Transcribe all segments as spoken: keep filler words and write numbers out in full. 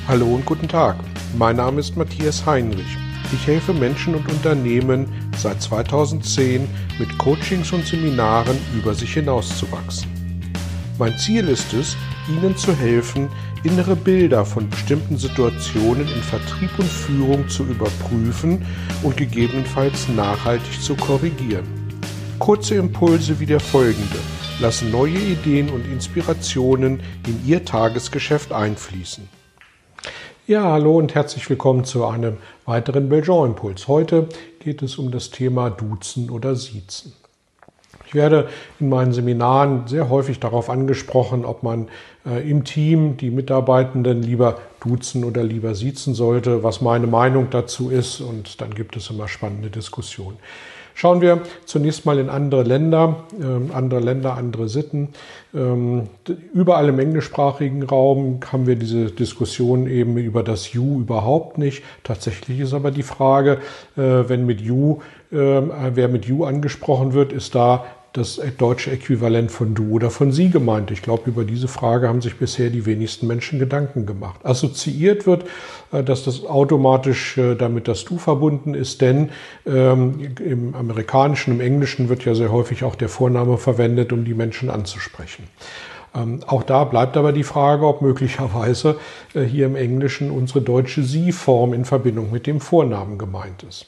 Hallo und guten Tag, mein Name ist Matthias Heinrich. Ich helfe Menschen und Unternehmen seit zweitausendzehn mit Coachings und Seminaren über sich hinauszuwachsen. Mein Ziel ist es, Ihnen zu helfen, innere Bilder von bestimmten Situationen in Vertrieb und Führung zu überprüfen und gegebenenfalls nachhaltig zu korrigieren. Kurze Impulse wie der folgende lassen neue Ideen und Inspirationen in Ihr Tagesgeschäft einfließen. Ja, hallo und herzlich willkommen zu einem weiteren Belgian-Impuls. Heute geht es um das Thema Duzen oder Siezen. Ich werde in meinen Seminaren sehr häufig darauf angesprochen, ob man äh, im Team die Mitarbeitenden lieber duzen oder lieber siezen sollte, was meine Meinung dazu ist, und dann gibt es immer spannende Diskussionen. Schauen wir zunächst mal in andere Länder, äh, andere Länder, andere Sitten. Ähm, überall im englischsprachigen Raum haben wir diese Diskussion eben über das You überhaupt nicht. Tatsächlich ist aber die Frage, äh, wenn mit You, äh, wer mit You angesprochen wird, ist da das deutsche Äquivalent von du oder von sie gemeint. Ich glaube, über diese Frage haben sich bisher die wenigsten Menschen Gedanken gemacht. Assoziiert wird, dass das automatisch damit das du verbunden ist, denn ähm, im Amerikanischen, im Englischen wird ja sehr häufig auch der Vorname verwendet, um die Menschen anzusprechen. Ähm, auch da bleibt aber die Frage, ob möglicherweise äh, hier im Englischen unsere deutsche Sie-Form in Verbindung mit dem Vornamen gemeint ist.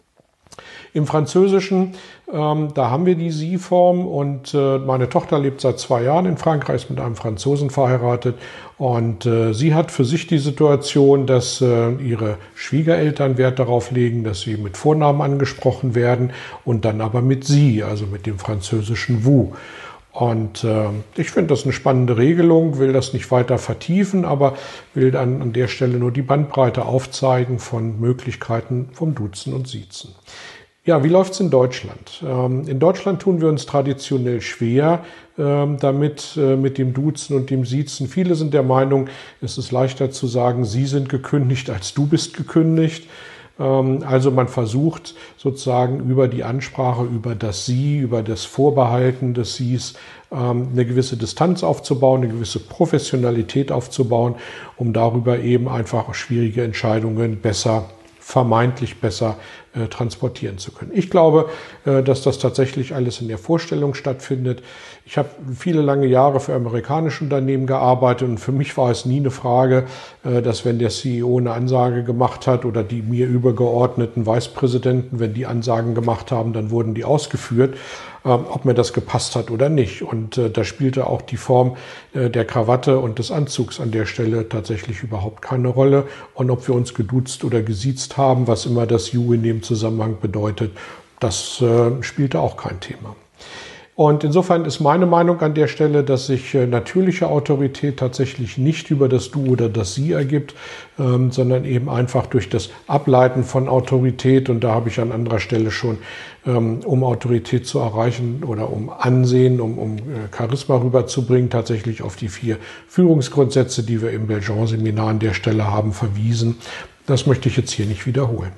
Im Französischen, ähm, da haben wir die Sie-Form, und äh, meine Tochter lebt seit zwei Jahren in Frankreich, ist mit einem Franzosen verheiratet, und äh, sie hat für sich die Situation, dass äh, ihre Schwiegereltern Wert darauf legen, dass sie mit Vornamen angesprochen werden und dann aber mit Sie, also mit dem französischen Vous. Und äh, ich finde das eine spannende Regelung, will das nicht weiter vertiefen, aber will dann an der Stelle nur die Bandbreite aufzeigen von Möglichkeiten vom Duzen und Siezen. Ja, wie läuft's in Deutschland? Ähm, in Deutschland tun wir uns traditionell schwer ähm, damit, äh, mit dem Duzen und dem Siezen. Viele sind der Meinung, es ist leichter zu sagen, Sie sind gekündigt, als du bist gekündigt. Ähm, also man versucht sozusagen über die Ansprache, über das Sie, über das Vorbehalten des Sie's ähm, eine gewisse Distanz aufzubauen, eine gewisse Professionalität aufzubauen, um darüber eben einfach schwierige Entscheidungen besser vermeintlich besser äh, transportieren zu können. Ich glaube, äh, dass das tatsächlich alles in der Vorstellung stattfindet. Ich habe viele lange Jahre für amerikanische Unternehmen gearbeitet, und für mich war es nie eine Frage, äh, dass wenn der C E O eine Ansage gemacht hat oder die mir übergeordneten Vicepräsidenten, wenn die Ansagen gemacht haben, dann wurden die ausgeführt, äh, ob mir das gepasst hat oder nicht. Und äh, da spielte auch die Form äh, der Krawatte und des Anzugs an der Stelle tatsächlich überhaupt keine Rolle. Und ob wir uns geduzt oder gesiezt haben, was immer das You in dem Zusammenhang bedeutet, das äh, spielte auch kein Thema. Und insofern ist meine Meinung an der Stelle, dass sich äh, natürliche Autorität tatsächlich nicht über das Du oder das Sie ergibt, ähm, sondern eben einfach durch das Ableiten von Autorität. Und da habe ich an anderer Stelle schon, ähm, um Autorität zu erreichen oder um Ansehen, um, um äh, Charisma rüberzubringen, tatsächlich auf die vier Führungsgrundsätze, die wir im Belgian-Seminar an der Stelle haben, verwiesen. Das möchte ich jetzt hier nicht wiederholen.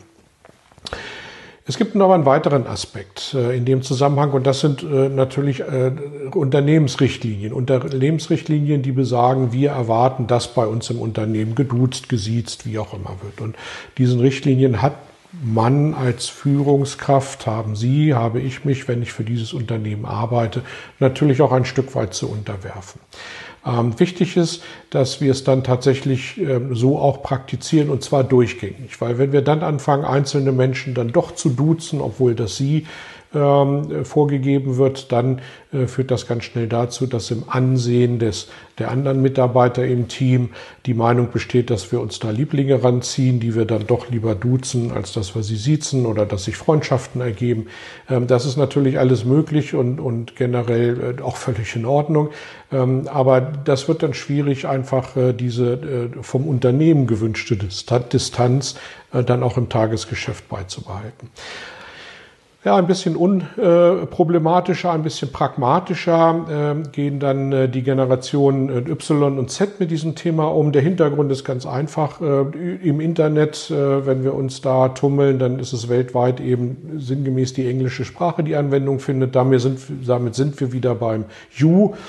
Es gibt noch einen weiteren Aspekt äh, in dem Zusammenhang, und das sind äh, natürlich äh, Unternehmensrichtlinien. Unternehmensrichtlinien, die besagen, wir erwarten, dass bei uns im Unternehmen geduzt, gesiezt, wie auch immer wird. Und diesen Richtlinien hat man als Führungskraft, haben Sie, habe ich mich, wenn ich für dieses Unternehmen arbeite, natürlich auch ein Stück weit zu unterwerfen. Ähm, wichtig ist, dass wir es dann tatsächlich ähm, so auch praktizieren, und zwar durchgängig. Weil wenn wir dann anfangen, einzelne Menschen dann doch zu duzen, obwohl das Sie ähm, vorgegeben wird, dann äh, führt das ganz schnell dazu, dass im Ansehen des, der anderen Mitarbeiter im Team die Meinung besteht, dass wir uns da Lieblinge ranziehen, die wir dann doch lieber duzen, als dass wir sie siezen, oder dass sich Freundschaften ergeben. Ähm, das ist natürlich alles möglich und, und generell äh, auch völlig in Ordnung. Ähm, aber das wird dann schwierig, einfach äh, diese äh, vom Unternehmen gewünschte Distanz äh, dann auch im Tagesgeschäft beizubehalten. Ja, ein bisschen unproblematischer, ein bisschen pragmatischer äh, gehen dann äh, die Generationen äh, Y und Z mit diesem Thema um. Der Hintergrund ist ganz einfach. Äh, im Internet, äh, wenn wir uns da tummeln, dann ist es weltweit eben sinngemäß die englische Sprache, die Anwendung findet. Damit sind, damit sind wir wieder beim You.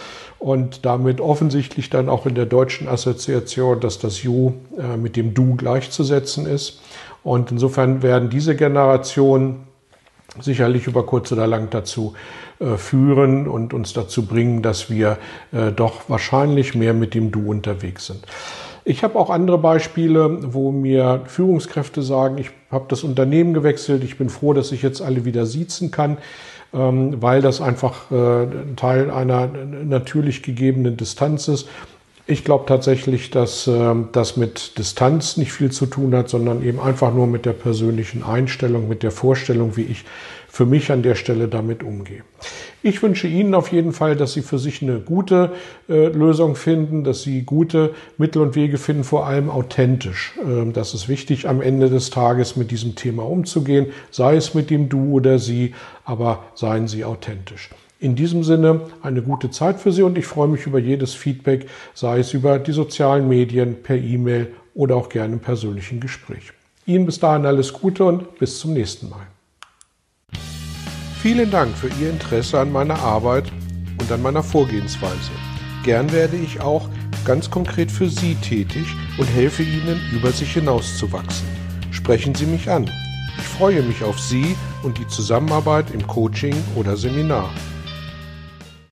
und damit offensichtlich dann auch in der deutschen Assoziation, dass das You äh, mit dem Du gleichzusetzen ist. Und insofern werden diese Generationen sicherlich über kurz oder lang dazu äh, führen und uns dazu bringen, dass wir äh, doch wahrscheinlich mehr mit dem Du unterwegs sind. Ich habe auch andere Beispiele, wo mir Führungskräfte sagen, ich habe das Unternehmen gewechselt, ich bin froh, dass ich jetzt alle wieder siezen kann, ähm, weil das einfach äh, Teil einer natürlich gegebenen Distanz ist. Ich glaube tatsächlich, dass äh, das mit Distanz nicht viel zu tun hat, sondern eben einfach nur mit der persönlichen Einstellung, mit der Vorstellung, wie ich für mich an der Stelle damit umgehe. Ich wünsche Ihnen auf jeden Fall, dass Sie für sich eine gute äh, Lösung finden, dass Sie gute Mittel und Wege finden, vor allem authentisch. Ähm, das ist wichtig, am Ende des Tages mit diesem Thema umzugehen, sei es mit dem Du oder Sie, aber seien Sie authentisch. In diesem Sinne eine gute Zeit für Sie und ich freue mich über jedes Feedback, sei es über die sozialen Medien, per E-Mail oder auch gerne im persönlichen Gespräch. Ihnen bis dahin alles Gute und bis zum nächsten Mal. Vielen Dank für Ihr Interesse an meiner Arbeit und an meiner Vorgehensweise. Gern werde ich auch ganz konkret für Sie tätig und helfe Ihnen, über sich hinauszuwachsen. Sprechen Sie mich an. Ich freue mich auf Sie und die Zusammenarbeit im Coaching oder Seminar.